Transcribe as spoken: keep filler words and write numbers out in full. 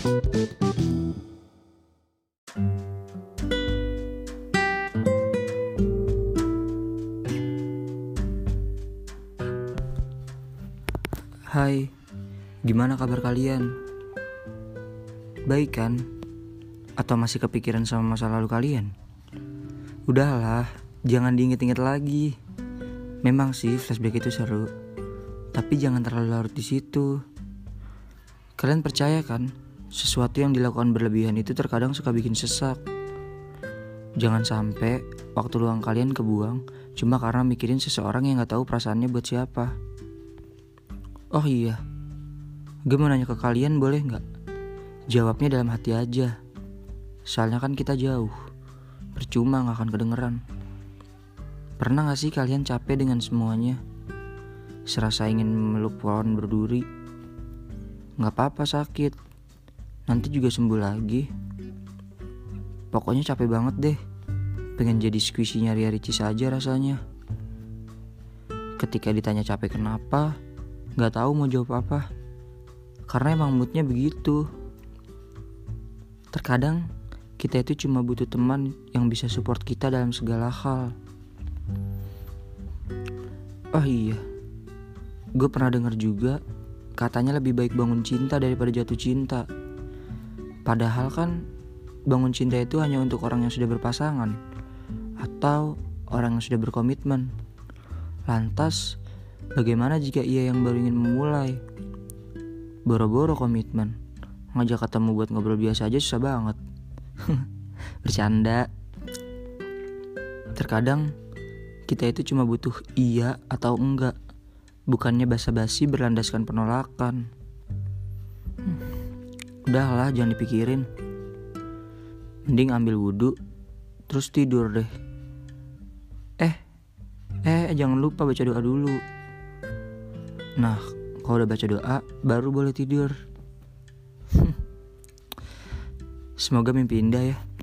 Hai, gimana kabar kalian? Baik kan? Atau masih kepikiran sama masa lalu kalian? Udahlah, jangan diinget-inget lagi. Memang sih flashback itu seru, tapi jangan terlalu larut di situ. Kalian percaya kan, sesuatu yang dilakukan berlebihan itu terkadang suka bikin sesak. Jangan sampai waktu luang kalian kebuang cuma karena mikirin seseorang yang gak tahu perasaannya buat siapa. Oh iya, gue mau nanya ke kalian boleh gak? Jawabnya dalam hati aja. Soalnya kan kita jauh, percuma gak akan kedengeran. Pernah gak sih kalian capek dengan semuanya? Serasa ingin memeluk pohon berduri? Gak apa-apa sakit, nanti juga sembuh lagi. Pokoknya capek banget deh, pengen jadi squishy nyari ricis aja rasanya. Ketika ditanya capek kenapa, gak tahu mau jawab apa. Karena emang moodnya begitu. Terkadang kita itu cuma butuh teman yang bisa support kita dalam segala hal. Oh iya, gue pernah dengar juga katanya lebih baik bangun cinta daripada jatuh cinta. Padahal kan bangun cinta itu hanya untuk orang yang sudah berpasangan atau orang yang sudah berkomitmen. Lantas bagaimana jika ia yang baru ingin memulai? Boro-boro komitmen, ngajak ketemu buat ngobrol biasa aja susah banget. Bercanda. Terkadang kita itu cuma butuh iya atau enggak, bukannya basa-basi berlandaskan penolakan. hmm. Udahlah, jangan dipikirin. Mending ambil wudhu terus tidur deh. Eh Eh jangan lupa baca doa dulu. Nah, kalau udah baca doa, baru boleh tidur. Semoga mimpi indah ya.